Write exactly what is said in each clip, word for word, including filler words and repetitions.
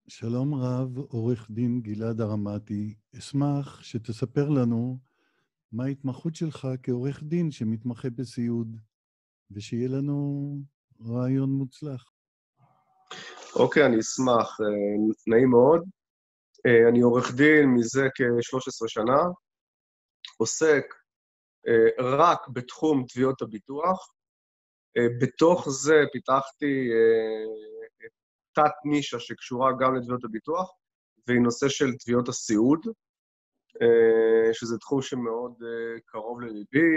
שלום רב, עורך דין גלעד הרמתי. אשמח שתספר לנו מה ההתמחות שלך כעורך דין שמתמחה בסיעוד, ושיהיה לנו רעיון מוצלח. אוקיי, אני אשמח. אה, נעים מאוד. אה, אני עורך דין מזה כ-שלוש עשרה שנה, עוסק אה, רק בתחום תביעות הביטוח. אה, בתוך זה פיתחתי אה, תת נישה שקשורה גם לתביעות הביטוח, והיא נושא של תביעות הסיעוד, אה, שזה תחום שמאוד אה, קרוב לליבי,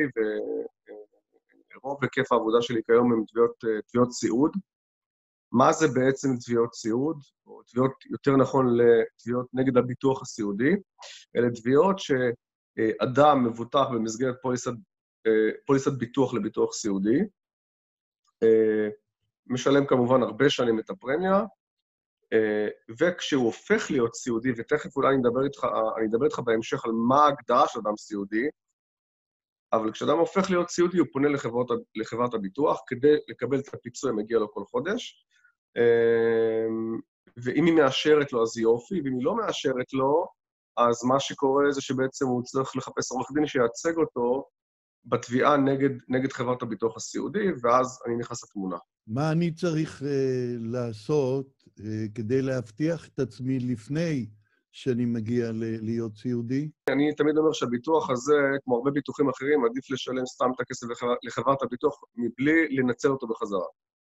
ורוב היקף העבודה שלי כיום הם תביעות, אה, תביעות סיעוד. מה זה בעצם תביעות סיעוד, או תביעות, יותר נכון, לתביעות נגד הביטוח הסיעודי? אלה תביעות שאדם מבוטח במסגרת פוליסת, פוליסת ביטוח לביטוח סיעודי, משלם כמובן הרבה שנים את הפרמיה, וכשהוא הופך להיות סיעודי, ותכף אולי אני אדבר איתך, אני אדבר איתך בהמשך על מה ההגדרה של אדם סיעודי, אבל כשאדם הופך להיות סיעודי, הוא פונה לחברת, לחברת הביטוח כדי לקבל את הפיצוי המגיע לו כל חודש, ואם היא מאשרת לו, אז יופי, ואם היא לא מאשרת לו, אז מה שקורה זה שבעצם הוא צריך לחפש עורך דין שיייצג אותו בתביעה נגד, נגד חברת הביטוח הסיעודי, ואז אני נכנס לתמונה. מה אני צריך uh, לעשות uh, כדי להבטיח את עצמי לפני שאני מגיע ל- להיות סיעודי? אני תמיד אומר שהביטוח הזה, כמו הרבה ביטוחים אחרים, עדיף לשלם סתם את הכסף לחברת, לחברת הביטוח מבלי לנצל אותו בחזרה.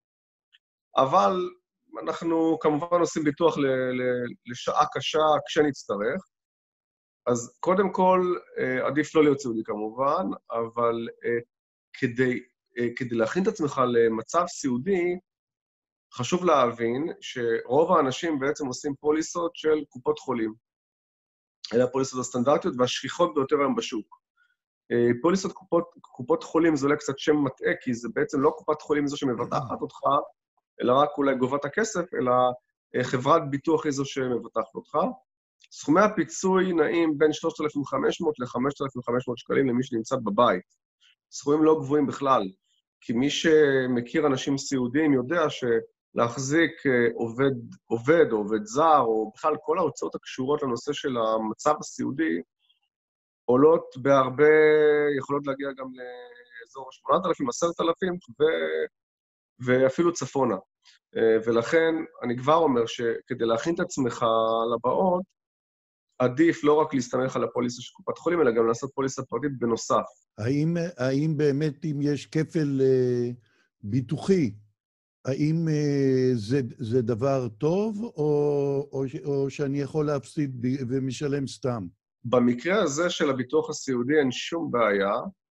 אבל אנחנו כמובן עושים ביטוח ל, ל, לשעה קשה כשנצטרך, אז קודם כל, עדיף לא להיות סיעודי כמובן, אבל כדי, כדי להכין את עצמך למצב סיעודי, חשוב להבין שרוב האנשים בעצם עושים פוליסות של קופות חולים. אלה הפוליסות הסטנדרטיות והשכיחות ביותר היום בשוק. פוליסות קופות, קופות חולים זה אולי קצת שם מטעה, כי זה בעצם לא קופת חולים זו שמבטחת אותך, אלא רק אולי גובת הכסף, אלא חברת ביטוח היא זו שמבטחת אותך. סכומי הפיצוי נעים בין שלושת אלפים וחמש מאות ל-חמשת אלפים וחמש מאות שקלים למי שנמצא בבית. סכומים לא גבוהים בכלל, כי מי שמכיר אנשים סיעודיים יודע שלהחזיק עובד, עובד או עובד זר, או בכלל כל ההוצאות הקשורות לנושא של המצב הסיעודי, עולות בהרבה, יכולות להגיע גם לאזור שמונת אלפים, עשרת אלפים, ו... ואפילו צפונה. ולכן אני כבר אומר שכדי להכין את עצמך לבאות, עדיף לא רק להסתמך על הפוליסה של קופת חולים, אלא גם לעשות פוליסה פרטית בנוסף. האם, האם באמת אם יש כפל uh, ביטוחי, האם uh, זה, זה דבר טוב, או, או, או שאני יכול להפסיד ומשלם סתם? במקרה הזה של הביטוח הסיעודי אין שום בעיה.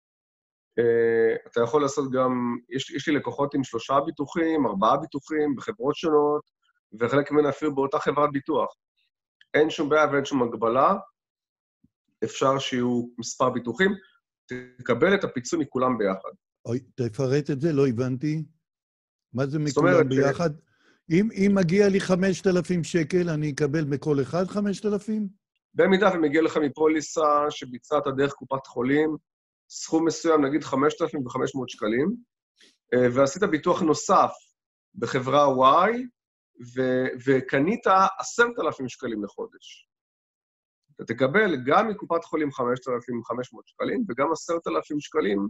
Uh, אתה יכול לעשות גם, יש, יש לי לקוחות עם שלושה ביטוחים, ארבעה ביטוחים בחברות שונות, וחלק ממנה אפילו באותה חברת ביטוח. אין שום בעיה ואין שום הגבלה, אפשר שיהיו מספר ביטוחים, תקבל את הפיצוי מכולם ביחד. אוי, תפרט את זה, לא הבנתי. מה זה מכולם ביחד? ש... אם, אם מגיע לי חמשת אלפים שקל, אני אקבל מכל אחד חמשת אלפים? במידה ומגיע לך מפוליסה שביצעת דרך קופת חולים, סכום מסוים, נגיד חמשת אלפים וחמש מאות שקלים, ועשית ביטוח נוסף בחברה Y, ו- וקנית עשרת אלפים שקלים לחודש. אתה תקבל גם מקופת חולים חמשת אלפים וחמש מאות שקלים, וגם עשרת אלפים שקלים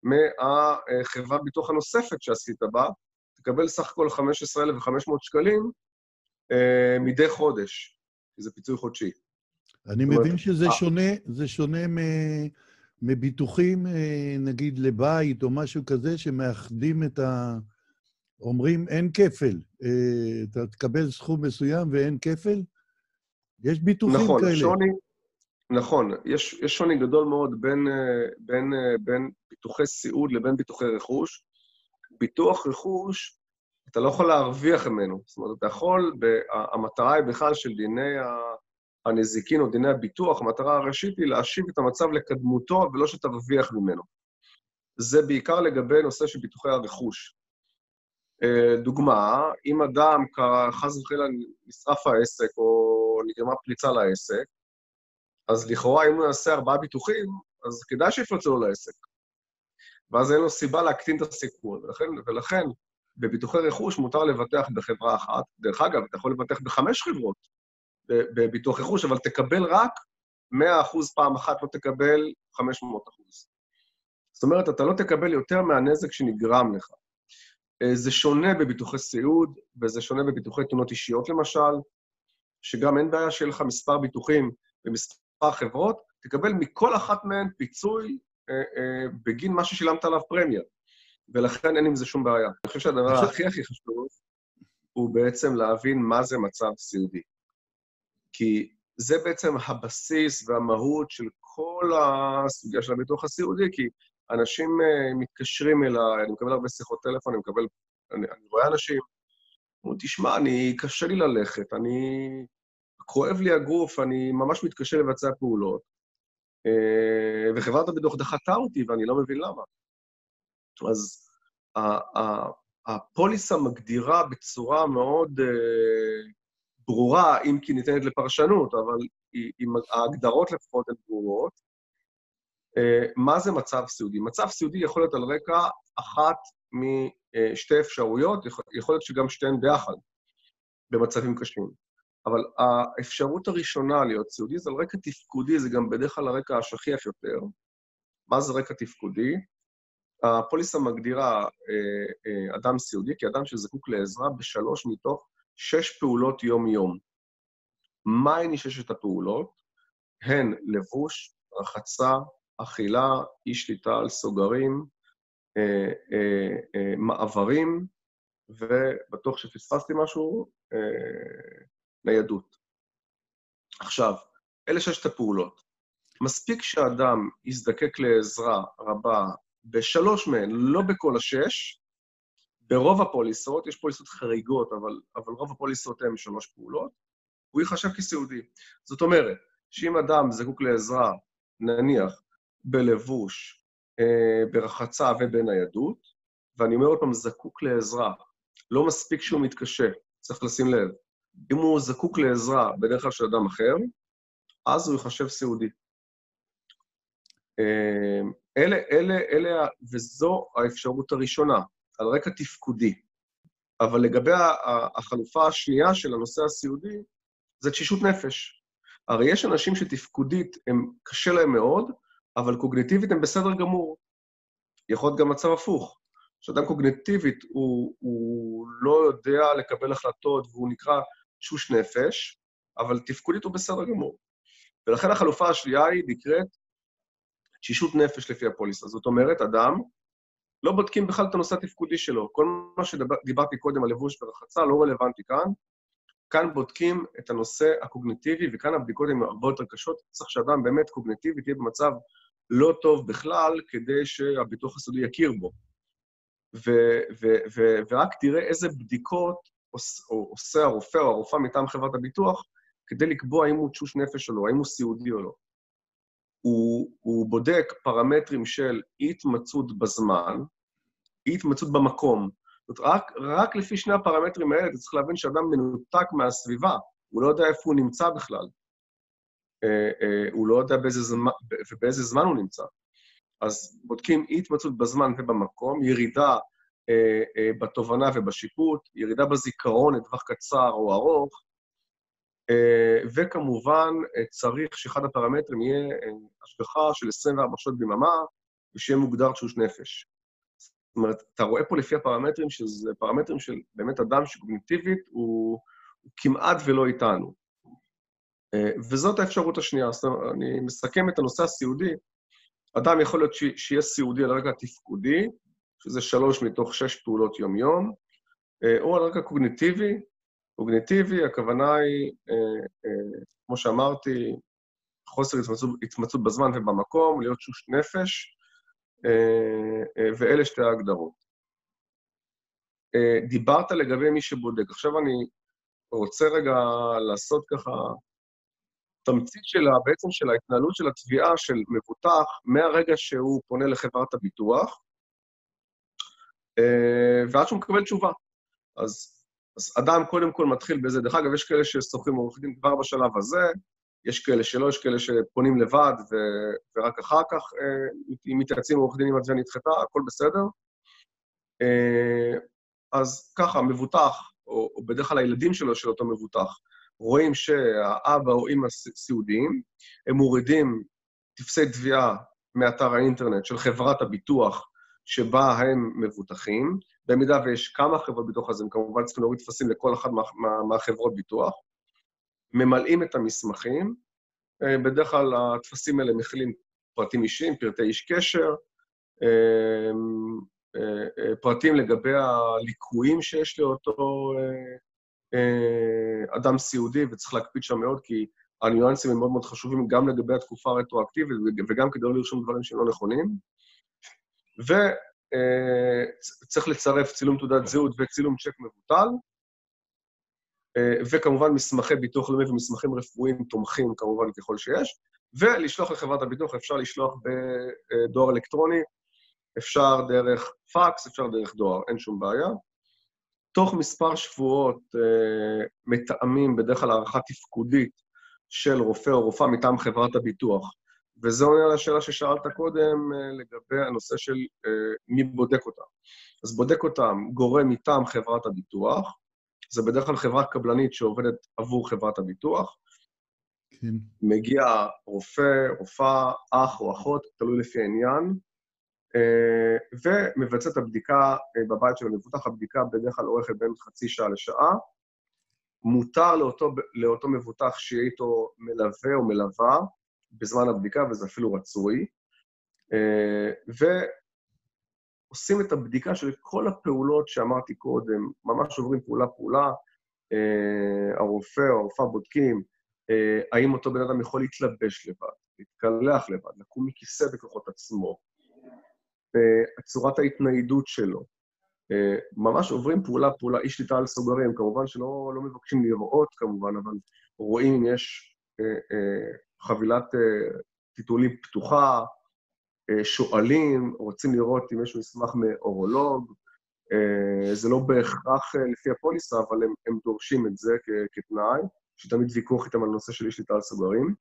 מהחברת ביטוח הנוספת שעשית בה, תקבל סך הכל חמישה עשר אלף וחמש מאות שקלים אה, מדי חודש, כי זה פיצוי חודשי. אני מבין שזה 아... שונה, זה שונה מ- מביטוחים, נגיד לבית או משהו כזה, שמאחדים את ה... אומרים, אין כפל. אתה תקבל סכום מסוים ואין כפל? יש ביטוחים נכון, כאלה. שוני, נכון, יש, יש שוני גדול מאוד בין, בין, בין ביטוחי סיעוד לבין ביטוחי רכוש. ביטוח רכוש, אתה לא יכול להרוויח ממנו. זאת אומרת, אתה יכול, המטרה היא בכלל של דיני הנזיקין או דיני הביטוח, המטרה הראשית היא להשיב את המצב לקדמותו ולא שתרוויח ממנו. זה בעיקר לגבי נושא של ביטוחי הרכוש. דוגמה, אם אדם חס וחלילה נשרף העסק או נגרמה פליצה לעסק, אז לכאורה אם הוא יעשה ארבעה ביטוחים, אז כדאי שיפרצו לו לעסק. ואז אין לו סיבה להקטין את הסיכון. ולכן, ולכן בביטוחי רכוש מותר לבטח בחברה אחת. דרך אגב, אתה יכול לבטח בחמש חברות בביטוח רכוש, אבל תקבל רק מאה אחוז פעם אחת, לא תקבל חמש מאות אחוז. זאת אומרת, אתה לא תקבל יותר מהנזק שנגרם לך. זה שונה בביטוחי סיעוד, וזה שונה בביטוחי תאונות אישיות למשל, שגם אין בעיה שיהיה לך מספר ביטוחים ומספר חברות, תקבל מכל אחת מהן פיצוי אה, אה, בגין מה ששילמת עליו פרמיה. ולכן אין עם זה שום בעיה. אני חושב שהדבר הכי הכי חשוב הוא בעצם להבין מה זה מצב סיעודי. כי זה בעצם הבסיס והמהות של כל הסוגיה של הביטוח הסיעודי, כי אנשים uh, מתקשרים אליי, אני מקבל הרבה שיחות טלפון, אני מקבל, אני, אני רואה אנשים, אומרים, תשמע, אני, קשה לי ללכת, אני, כואב לי הגוף, אני ממש מתקשה לבצע פעולות, uh, וחברת הביטוח דחתה אותי, ואני לא מבין למה. אז הפוליסה מגדירה בצורה מאוד uh, ברורה, אם כי ניתנת לפרשנות, אבל ההגדרות לפחות הן ברורות. מה זה מצב סיעודי? מצב סיעודי יכול להיות על רקע אחת משתי אפשרויות, יכול להיות שגם שתיהן ביחד, במצבים קשים. אבל האפשרות הראשונה להיות סיעודי זה על רקע תפקודי, זה גם בדרך כלל הרקע השכיח יותר. מה זה רקע תפקודי? הפוליסה מגדירה אדם סיעודי כאדם שזקוק לעזרה בשלוש מתוך שש פעולות יום-יום. מהי ששת הפעולות? הן לבוש, רחצה, אכילה, אי שליטה על סוגרים, אה, אה, אה, מעברים, ובטוח שפספסתי משהו, אה, ניידות. עכשיו, אלה ששת הפעולות. מספיק שאדם יזדקק לעזרה רבה בשלוש מהן, לא בכל השש, ברוב הפוליסות, יש פוליסות חריגות, אבל, אבל רוב הפוליסות הן שלוש פעולות, הוא ייחשב כסיעודי. זאת אומרת, שאם אדם זקוק לעזרה, נניח, בלבוש, אה, ברחצה ובניידות, ואני אומר עוד פעם, זקוק לעזרה, לא מספיק שהוא מתקשה, צריך לשים לב. אם הוא זקוק לעזרה בדרך כלל של אדם אחר, אז הוא ייחשב סיעודי. אה, אלה, אלה, אלה, וזו האפשרות הראשונה, על רקע תפקודי. אבל לגבי החלופה השנייה של הנושא הסיעודי, זה תשישות נפש. הרי יש אנשים שתפקודית הם קשה להם מאוד, אבל קוגניטיבית הם בסדר גמור. יכול להיות גם מצב הפוך. שאדם קוגניטיבית הוא, הוא לא יודע לקבל החלטות, והוא נקרא תשוש נפש, אבל תפקודית הוא בסדר גמור. ולכן החלופה השנייה היא נקראת תשישות נפש לפי הפוליסה. זאת אומרת, אדם, לא בודקים בכלל את הנושא התפקודי שלו. כל מה שדיברתי קודם על לבוש ורחצה לא רלוונטי כאן. כאן בודקים את הנושא הקוגניטיבי, וכאן הבדיקות הן הרבה יותר קשות. צריך שאדם באמת קוגניטיבי תהיה במצב לא טוב בכלל, כדי שהביטוח הסיעודי יכיר בו. ו- ו- ו- ורק תראה איזה בדיקות עושה הרופא או הרופאה מטעם חברת הביטוח, כדי לקבוע האם הוא תשוש נפש או לא, האם הוא סיעודי או לא. הוא, הוא בודק פרמטרים של אי-התמצאות בזמן, אי-התמצאות במקום. זאת אומרת, רק, רק לפי שני הפרמטרים האלה, אתה צריך להבין שאדם מנותק מהסביבה, הוא לא יודע איפה הוא נמצא בכלל. אה, אה, הוא לא יודע באיזה זמן, ובאיזה זמן הוא נמצא. אז בודקים אי-התמצאות בזמן ובמקום, ירידה אה, אה, בתובנה ובשיפוט, ירידה בזיכרון לטווח קצר או ארוך, וכמובן צריך שאחד הפרמטרים יהיה השגחה של עשרים וארבע שעות ביממה, ושיהיה מוגדר תשוש נפש. זאת אומרת, אתה רואה פה לפי הפרמטרים שזה פרמטרים של באמת אדם שקוגניטיבית הוא, הוא כמעט ולא איתנו. וזאת האפשרות השנייה. זאת אומרת, אני מסכם את הנושא הסיעודי. אדם יכול להיות שיהיה סיעודי על רקע תפקודי, שזה שלוש מתוך שש פעולות יום-יום, או על רקע קוגניטיבי. קוגניטיבי, הכוונה היא, אה, אה, כמו שאמרתי, חוסר התמצאות, התמצאות בזמן ובמקום, להיות תשוש נפש, אה, אה, ואלה שתי ההגדרות. אה, דיברת לגבי מי שבודק. עכשיו אני רוצה רגע לעשות ככה תמצית שלה, בעצם של ההתנהלות של התביעה של מבוטח, מהרגע שהוא פונה לחברת הביטוח, אה, ועד שהוא מקבל תשובה. אז אז אדם קודם כל מתחיל בזה. דרך אגב, יש כאלה ששוחחים עורך דין כבר בשלב הזה, יש כאלה שלא, יש כאלה שפונים לבד, ו- ורק אחר כך, אם מתייעצים עורך דין עם התביעה נדחתה, הכל בסדר. אז ככה, מבוטח, או, או בדרך כלל הילדים שלו, של אותו מבוטח, רואים שהאבא או אמא סיעודיים, הם מורידים תפסי תביעה מאתר האינטרנט של חברת הביטוח שבה הם מבוטחים. במידה ויש כמה חברות ביטוח, אז הם כמובן צריכים להוריד תפסים לכל אחד מה, מה, מהחברות ביטוח. ממלאים את המסמכים. בדרך כלל התפסים האלה מכילים פרטים אישיים, פרטי איש קשר, פרטים לגבי הליקויים שיש לאותו אדם סיעודי, וצריך להקפיד שם מאוד, כי הניואנסים הם מאוד מאוד חשובים גם לגבי התקופה הרטרואקטיבית, וגם כדי לא לרשום דברים שלא נכונים. וצריך לצרף צילום תעודת זהות וצילום צ'ק מבוטל, וכמובן מסמכי ביטוח לאומי ומסמכים רפואיים תומכים כמובן ככל שיש, ולשלוח לחברת הביטוח, אפשר לשלוח בדואר אלקטרוני, אפשר דרך פקס, אפשר דרך דואר, אין שום בעיה. תוך מספר שבועות מתאמים בדרך כלל הערכה תפקודית של רופא או רופאה מטעם חברת הביטוח, וזה עונה על השאלה ששאלת קודם לגבי הנושא של מי בודק אותם. אז בודק אותם גורם מטעם חברת הביטוח, זה בדרך כלל חברה קבלנית שעובדת עבור חברת הביטוח. כן. מגיע רופא, רופאה, אח או אחות, תלוי לפי העניין, ומבצע את הבדיקה בבית של המבוטח. הבדיקה בדרך כלל אורכת בין חצי שעה לשעה. מותר לאותו, לאותו מבוטח שיהיה איתו מלווה או מלווה בזמן הבדיקה, וזה אפילו רצוי. ו... עושים את הבדיקה של כל הפעולות שאמרתי קודם, ממש עוברים פעולה-פעולה, אה, הרופא או הרופאה בודקים, אה, האם אותו בן אדם יכול להתלבש לבד, להתקלח לבד, לקום מכיסא בכוחות עצמו, אה, צורת ההתניידות שלו, אה, ממש עוברים פעולה-פעולה, אי שליטה על סוגרים, כמובן שלא לא מבקשים לראות כמובן, אבל רואים אם יש אה, אה, חבילת אה, טיטולים פתוחה, שואלים, רוצים לראות אם יש מסמך מאורולוג, זה לא בהכרח לפי הפוליסה, אבל הם, הם דורשים את זה כ- כתנאי, שתמיד ויכוח איתם על נושא של שליטה על סוגרים.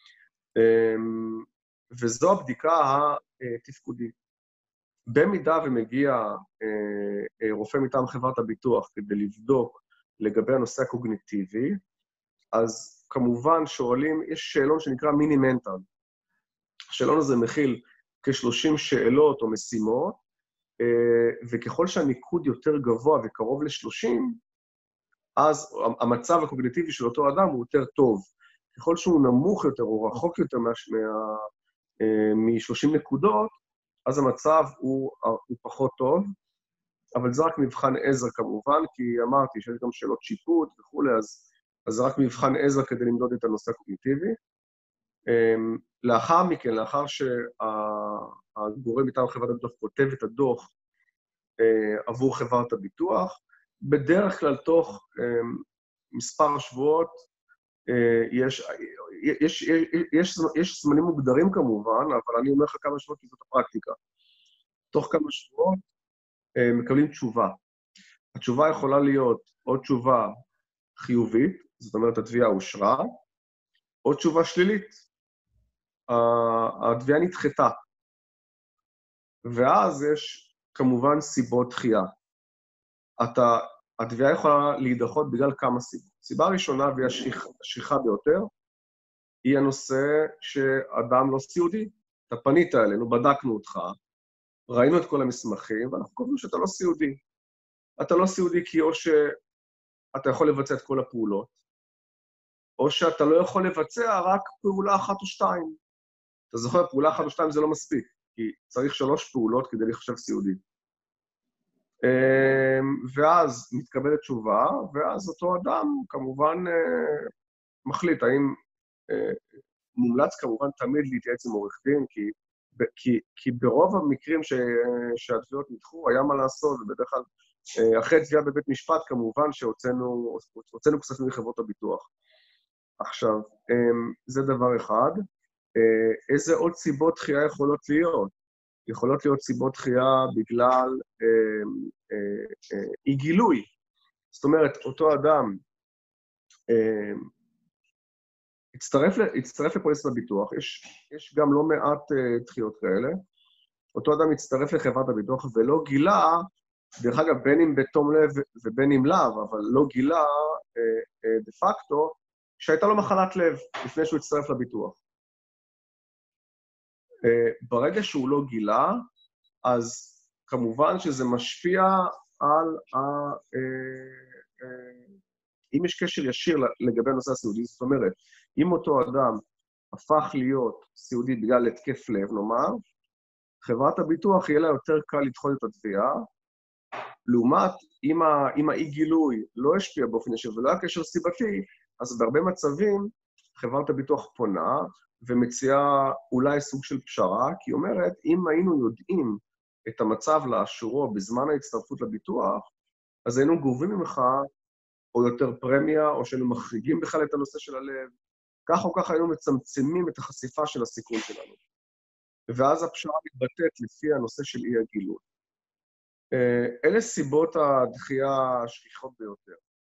וזו הבדיקה התפקודית. במידה ומגיע רופא מטעם חברת הביטוח כדי לבדוק לגבי הנושא הקוגניטיבי, אז כמובן שואלים, יש שאלון שנקרא מיני-מנטל. השאלון הזה מכיל כ-שלושים שאלות או משימות, וככל שהניקוד יותר גבוה וקרוב ל-שלושים, אז המצב הקוגניטיבי של אותו אדם הוא יותר טוב. ככל שהוא נמוך יותר או רחוק יותר מ-שלושים נקודות, אז המצב הוא, הוא פחות טוב, אבל זה רק מבחן עזר כמובן, כי אמרתי שיש גם שאלות שיפוט וכו', אז, אז זה רק מבחן עזר כדי למדוד את הנושא הקוגניטיבי. לאחר מכן, לאחר שהגורם מטעם חברת הביטוח כותב את הדוח עבור חברת הביטוח, בדרך כלל תוך מספר שבועות, יש, יש, יש, יש זמנים מוגדרים כמובן, אבל אני אומר לך כמה שבועות כי זאת הפרקטיקה. תוך כמה שבועות מקבלים תשובה. התשובה יכולה להיות או תשובה חיובית, זאת אומרת התביעה אושרה, או תשובה שלילית. התביעה נדחתה. ואז יש כמובן סיבות דחייה. אתה, התביעה יכולה להידחות בגלל כמה סיבות. סיבה ראשונה, והיא השכיחה ביותר, היא הנושא שאדם לא סיעודי. אתה פנית אלינו, בדקנו אותך, ראינו את כל המסמכים, ואנחנו קובעים שאתה לא סיעודי. אתה לא סיעודי כי או שאתה יכול לבצע את כל הפעולות, או שאתה לא יכול לבצע רק פעולה אחת או שתיים. אתה זוכר, פעולה אחת או שתיים זה לא מספיק, כי צריך שלוש פעולות כדי לחשב סיעודי. ואז מתקבלת תשובה, ואז אותו אדם כמובן מחליט, האם מומלץ כמובן תמיד להתייעץ עם עורך דין, כי, כי, כי ברוב המקרים ש, שהתביעות נדחו, היה מה לעשות, ובדרך כלל אחרי תביעה בבית משפט כמובן שהוצאנו הוצאנו כספים מחברות הביטוח. עכשיו, זה דבר אחד. איזה עוד סיבות דחייה יכולות להיות? יכולות להיות סיבות דחייה בגלל אי גילוי. זאת אומרת, אותו אדם הצטרף, הצטרף לפוליסת הביטוח, יש, יש גם לא מעט דחיות כאלה, אותו אדם הצטרף לחברת הביטוח ולא גילה דרך אגב, בין אם בתום לב ובין אם לאו, אבל לא גילה דה פקטו, שהייתה לו מחלת לב לפני שהוא הצטרף לביטוח. ברגע שהוא לא גילה, אז כמובן שזה משפיע על ה... אם יש קשר ישיר לגבי הנושא הסיעודי, זאת אומרת, אם אותו אדם הפך להיות סיעודי בגלל התקף לב, נאמר, חברת הביטוח יהיה לה יותר קל לדחות את התביעה, לעומת אם האי גילוי לא השפיע באופן ישיר ולא היה קשר סיבתי, אז בהרבה מצבים חברת הביטוח פונה ומציעה אולי סוג של פשרה, כי היא אומרת, אם היינו יודעים את המצב לאשורו בזמן ההצטרפות לביטוח, אז היינו גובים ממך או יותר פרמיה, או שהיינו מחריגים בכלל את הנושא של הלב, כך או כך היינו מצמצמים את החשיפה של הסיכון שלנו. ואז הפשרה מתבטאת לפי הנושא של אי הגילוי. אלה סיבות הדחייה השכיחות ביותר.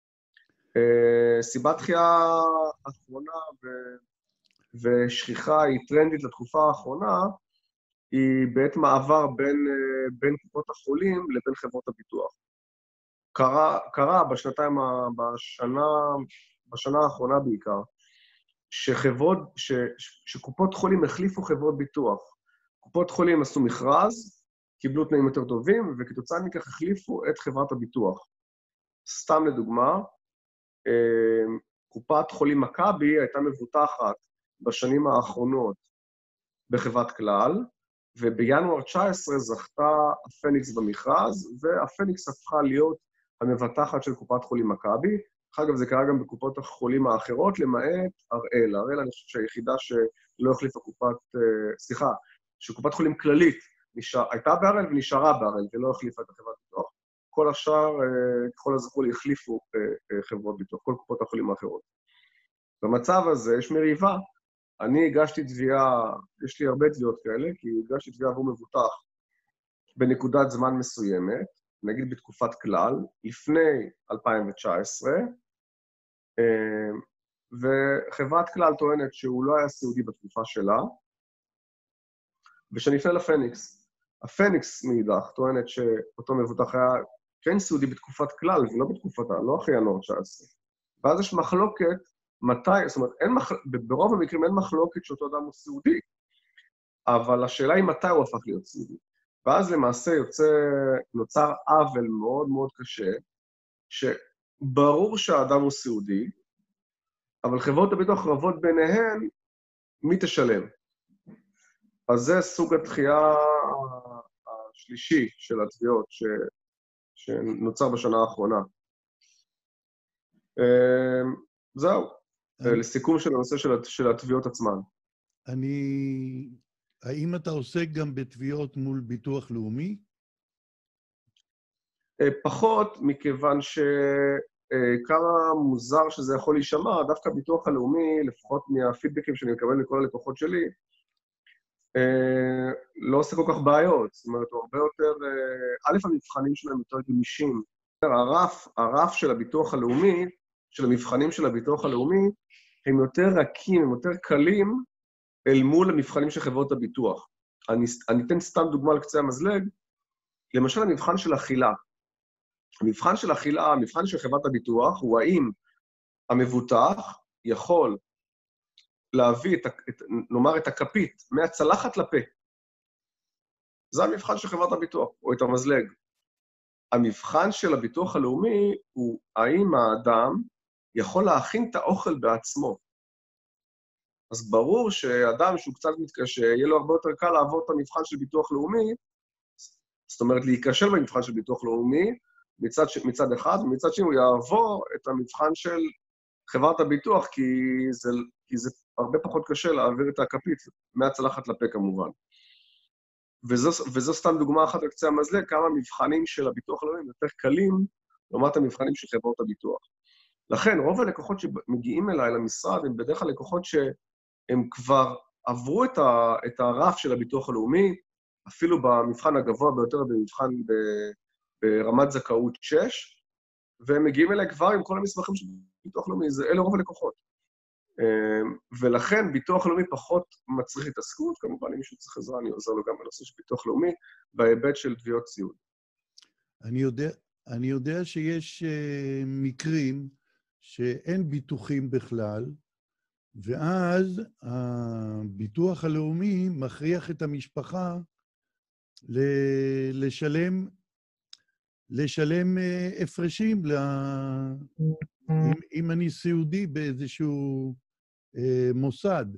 סיבת דחייה האחרונה ו- ושכיחה היא טרנדית לתקופה האחרונה, היא בעת מעבר בין, בין קופות החולים לבין חברות הביטוח. קרה, קרה בשנתיים, בשנה, בשנה האחרונה בעיקר, שחברות, ש, שקופות חולים החליפו חברות ביטוח. קופות חולים עשו מכרז, קיבלו תנאים יותר טובים, וכתוצאה מכך החליפו את חברת הביטוח. סתם לדוגמה, קופת חולים מכבי הייתה מבוטחת בשנים האחרונות בחברת כלל, ובינואר תשע עשרה זכתה הפניקס במכרז, והפניקס הפכה להיות המבטחת של קופת חולים מכבי. אגב, זה קרה גם בקופות החולים האחרות, למעט הראל. הראל, אני חושב שהיחידה שלא החליפה קופת, סליחה, שקופת חולים כללית נשאר, הייתה בהראל ונשארה בהראל, ולא החליפה את החברת ביטוח. כל השאר, ככל הזכור לי, החליפו חברות ביטוח, כל קופות החולים האחרות. במצב הזה יש מריבה. אני הגשתי תביעה, יש לי הרבה תביעות כאלה, כי הגשתי תביעה עבור מבוטח בנקודת זמן מסוימת, נגיד בתקופת כלל, לפני אלפיים תשע עשרה, וחברת כלל טוענת שהוא לא היה סיעודי בתקופה שלה, ושנפנה לפניקס. הפניקס מאידך טוענת שאותו מבוטח היה כן סיעודי בתקופת כלל, ולא בתקופתה, לא אחרי ינואר תשע עשרה. ואז יש מחלוקת מתי, זאת אומרת, אין מח... ברוב המקרים אין מחלוקת שאותו אדם הוא סיעודי, אבל השאלה היא מתי הוא הפך להיות סיעודי. ואז למעשה יוצא, נוצר עוול מאוד מאוד קשה, שברור שהאדם הוא סיעודי, אבל חברות הביטוח רבות ביניהן, מי תשלם? אז זה סוג הדחייה השלישי של התביעות ש... שנוצר בשנה האחרונה. זהו, לסיכום של הנושא של התביעות עצמן. אני... האם אתה עוסק גם בתביעות מול ביטוח לאומי? פחות, מכיוון שכמה מוזר שזה יכול להישמע, דווקא ביטוח הלאומי, לפחות מהפידבקים שאני מקבל מכל הלקוחות שלי, לא עושה כל כך בעיות. זאת אומרת, הוא הרבה יותר... א', המבחנים שלהם יותר גמישים. הרף, הרף של הביטוח הלאומי, של המבחנים של הביטוח הלאומי, הם יותר רכים, הם יותר קלים, אל מול המבחנים של חברות הביטוח. אני, אני אתן סתם דוגמה על קצה המזלג, למשל המבחן של אכילה. המבחן של אכילה, המבחן של חברת הביטוח, הוא האם המבוטח יכול להביא, את, את, נאמר, את הכפית מהצלחת לפה. זה המבחן של חברת הביטוח, או את המזלג. המבחן של הביטוח הלאומי הוא האם האדם יכול להכין את האוכל בעצמו. אז ברור שאדם שהוא קצת מתקשה, יהיה לו הרבה יותר קל לעבור את המבחן של ביטוח לאומי, זאת אומרת, להיכשל במבחן של ביטוח לאומי, מצד, מצד אחד, ומצד שני הוא יעבור את המבחן של חברת הביטוח, כי זה, כי זה הרבה פחות קשה להעביר את הכפית, מהצלחת לפה כמובן. וזו, וזו סתם דוגמה אחת על קצה המזלג, כמה מבחנים של הביטוח הלאומי יותר קלים, לעומת המבחנים של חברות הביטוח. לכן, רוב הלקוחות שמגיעים אליי למשרד, הם בדרך כלל לקוחות שהם כבר עברו את, ה, את הרף של הביטוח הלאומי, אפילו במבחן הגבוה ביותר, במבחן ב, ברמת זכאות שש, והם מגיעים אליי כבר עם כל המסמכים של ביטוח לאומי, זה, אלה רוב הלקוחות. ולכן ביטוח לאומי פחות מצריך התעסקות, כמובן אם מישהו צריך עזרה, אני עוזר לו גם בנושא של ביטוח לאומי, בהיבט של תביעות סיעוד. אני יודע, אני יודע שיש uh, מקרים שאין ביטוחים בכלל, ואז הביטוח הלאומי מכריח את המשפחה ל- לשלם, לשלם uh, הפרשים, ל... אם, אם אני סיעודי באיזשהו uh, מוסד.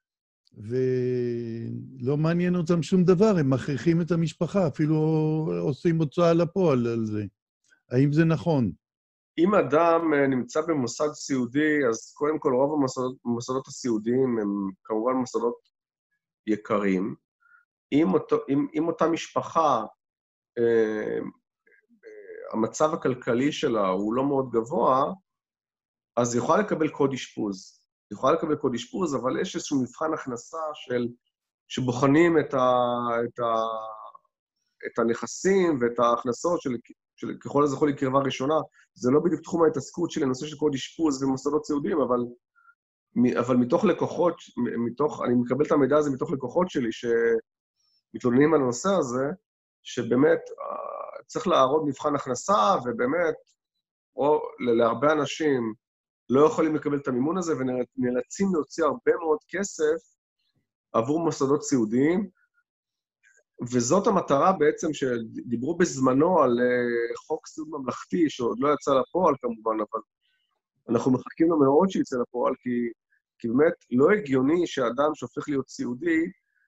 ולא מעניין אותם שום דבר, הם מכריחים את המשפחה, אפילו עושים הוצאה לפועל על זה. האם זה נכון? אם אדם נמצא במוסד סיעודי, אז קודם כל רוב המוסדות, המוסדות הסיעודיים הם כמובן מוסדות יקרים. אם, אותו, אם, אם אותה משפחה, אה, המצב הכלכלי שלה הוא לא מאוד גבוה, אז היא יכולה לקבל קוד אשפוז. היא יכולה לקבל קוד אשפוז, אבל יש איזשהו מבחן הכנסה של, שבוחנים את, ה, את, ה, את הנכסים ואת ההכנסות של, של ככל הזכור לי קרבה ראשונה. זה לא בדיוק תחום ההתעסקות שלי, נושא של קוד אשפוז ומוסדות סיעודיים, אבל, אבל מתוך לקוחות, מתוך, אני מקבל את המידע הזה מתוך לקוחות שלי שמתלוננים על הנושא הזה, שבאמת צריך להראות מבחן הכנסה, ובאמת, או להרבה אנשים לא יכולים לקבל את המימון הזה, ונאלצים להוציא הרבה מאוד כסף עבור מוסדות סיעודיים, וזאת המטרה בעצם שדיברו בזמנו על חוק סיעוד ממלכתי, שעוד לא יצא לפועל כמובן, אבל אנחנו מחכים לו מאוד שיצא לפועל, כי, כי באמת לא הגיוני שאדם שהופך להיות סיעודי,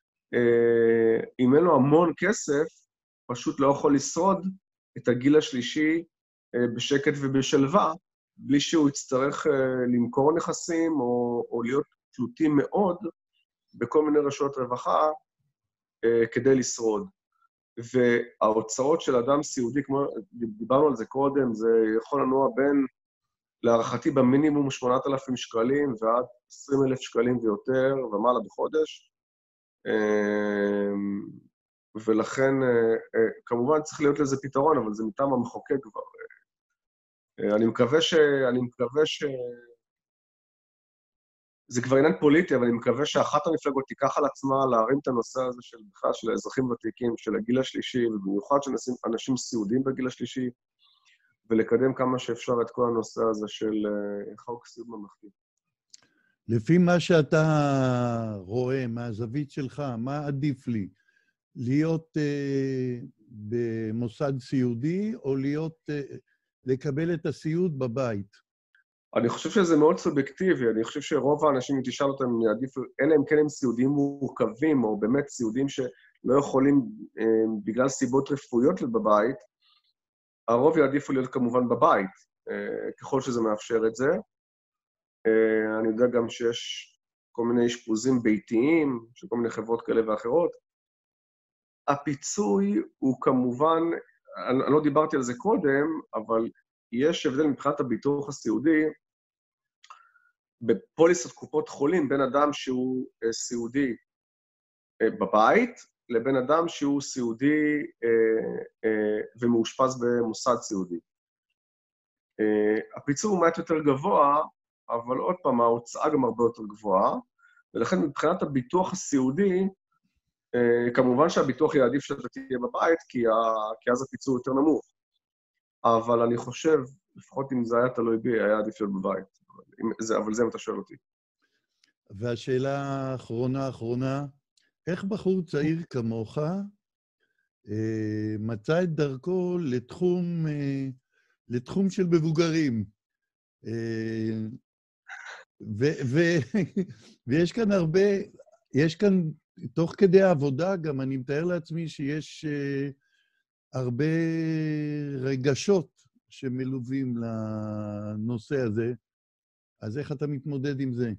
אם אין לו המון כסף, פשוט לא יכול לשרוד את הגיל השלישי בשקט ובשלווה, בלי שהוא יצטרך למכור נכסים או, או להיות תלותים מאוד בכל מיני רשויות רווחה כדי לשרוד. וההוצאות של אדם סיעודי, כמו דיברנו על זה קודם, זה יכול לנוע בין, להערכתי במינימום שמונת אלפים שקלים ועד עשרים אלף שקלים ויותר ומעלה בחודש. ולכן, כמובן צריך להיות לזה פתרון, אבל זה מטעם המחוקק כבר. אני מקווה ש... אני מקווה ש... זה כבר עניין פוליטי, אבל אני מקווה שאחת המפלגות תיקח על עצמה להרים את הנושא הזה של בכלל של האזרחים ותיקים, של הגיל השלישי, ובמיוחד של אנשים סיעודיים בגיל השלישי, ולקדם כמה שאפשר את כל הנושא הזה של חוק סיעוד ממלכתי. לפי מה שאתה רואה מהזווית שלך, מה עדיף לי? להיות אה, במוסד סיעודי או להיות, אה, לקבל את הסיעוד בבית? אני חושב שזה מאוד סובייקטיבי, אני חושב שרוב האנשים, אם תשאל אותם, יעדיפו, אלא אם כן הם סיעודים מורכבים, או באמת סיעודים שלא יכולים, אה, בגלל סיבות רפואיות להיות בבית, הרוב יעדיפו להיות כמובן בבית, אה, ככל שזה מאפשר את זה. אה, אני יודע גם שיש כל מיני אשפוזים ביתיים, של כל מיני חברות כאלה ואחרות. הפיצוי הוא כמובן, אני, אני לא דיברתי על זה קודם, אבל יש הבדל מבחינת הביטוח הסיעודי, בפוליסות קופות חולים, בין אדם שהוא אה, סיעודי אה, בבית, לבין אדם שהוא סיעודי אה, אה, ומאושפז במוסד סיעודי. אה, הפיצוי הוא מעט יותר גבוה, אבל עוד פעם, ההוצאה גם הרבה יותר גבוהה, ולכן מבחינת הביטוח הסיעודי, אה, כמובן שהביטוח יעדיף שאתה תהיה בבית, כי, ה, כי אז הפיצוי יותר נמוך. אבל אני חושב, לפחות אם זה היה תלוי בי, היה עדיף להיות בבית. זה, אבל זה אם אתה שואל אותי. והשאלה האחרונה, האחרונה, איך בחור צעיר כמוך אה, מצא את דרכו לתחום, אה, לתחום של מבוגרים? אה, ו, ו, ויש כאן הרבה, יש כאן, תוך כדי העבודה גם, אני מתאר לעצמי שיש אה, הרבה רגשות שמלווים לנושא הזה. אז איך אתה מתמודד עם זה?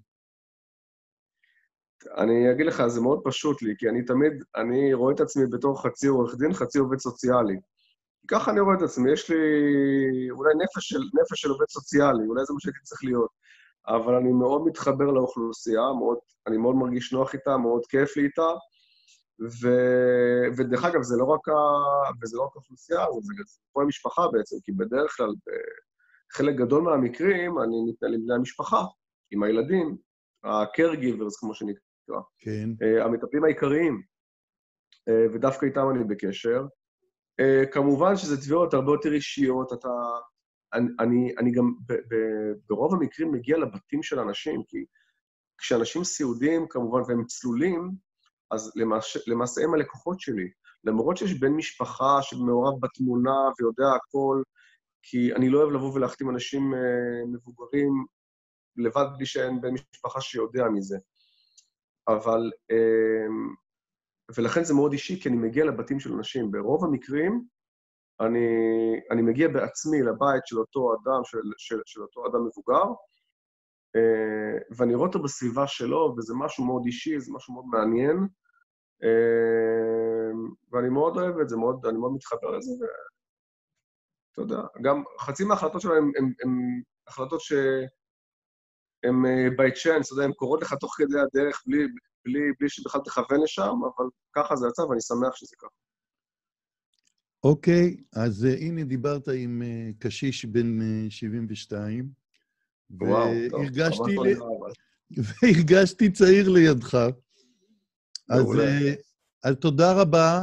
אני אגיד לך, זה מאוד פשוט לי, כי אני תמיד, אני רואה את עצמי בתור חצי עורך דין, חצי עובד סוציאלי. ככה אני רואה את עצמי, יש לי אולי נפש של, נפש של עובד סוציאלי, אולי זה מה שהייתי צריך להיות. אבל אני מאוד מתחבר לאוכלוסייה, מאוד, אני מאוד מרגיש נוח איתה, מאוד כיף לי איתה, ו... ודרך אגב, זה לא רק, ה... וזה לא רק האוכלוסייה, זה, זה כל המשפחה בעצם, כי בדרך כלל, בחלק גדול מהמקרים, אני מתנהל עם בני המשפחה, עם הילדים, ה-caregivers, כמו שנקרא. כן. המטפלים העיקריים, ודווקא איתם אני בקשר, Uh, כמובן שזה תביעות הרבה יותר אישיות, אתה... אני, אני, אני גם ב, ב, ברוב המקרים מגיע לבתים של אנשים, כי כשאנשים סיעודים, כמובן, והם צלולים, אז למעשה, למעשה הם הלקוחות שלי. למרות שיש בן משפחה שמעורב בתמונה ויודע הכל, כי אני לא אוהב לבוא ולהחתים אנשים uh, מבוגרים לבד בלי שאין בן משפחה שיודע מזה. אבל... Uh, ולכן זה מאוד אישי, כי אני מגיע לבתים של אנשים. ברוב המקרים, אני, אני מגיע בעצמי לבית של אותו אדם, של, של, של אותו אדם מבוגר, ואני רואה אותו בסביבה שלו, וזה משהו מאוד אישי, זה משהו מאוד מעניין, ואני מאוד אוהב את זה, מאוד, אני מאוד מתחבר לזה, ואתה יודע, גם חצי מההחלטות שלנו הן, הן, הן החלטות שהן by chance, אתה יודע, הן קורות לך תוך כדי הדרך, בלי, בלי, בלי שבכלל תכוון לשם, אבל ככה זה יצא, ואני שמח שזה ככה. אוקיי, אז uh, הנה דיברת עם uh, קשיש בן uh, שבעים ותשתיים, וואו, והרגשתי, טוב, ל... והרגשתי צעיר לידך. אז, uh, אז תודה רבה.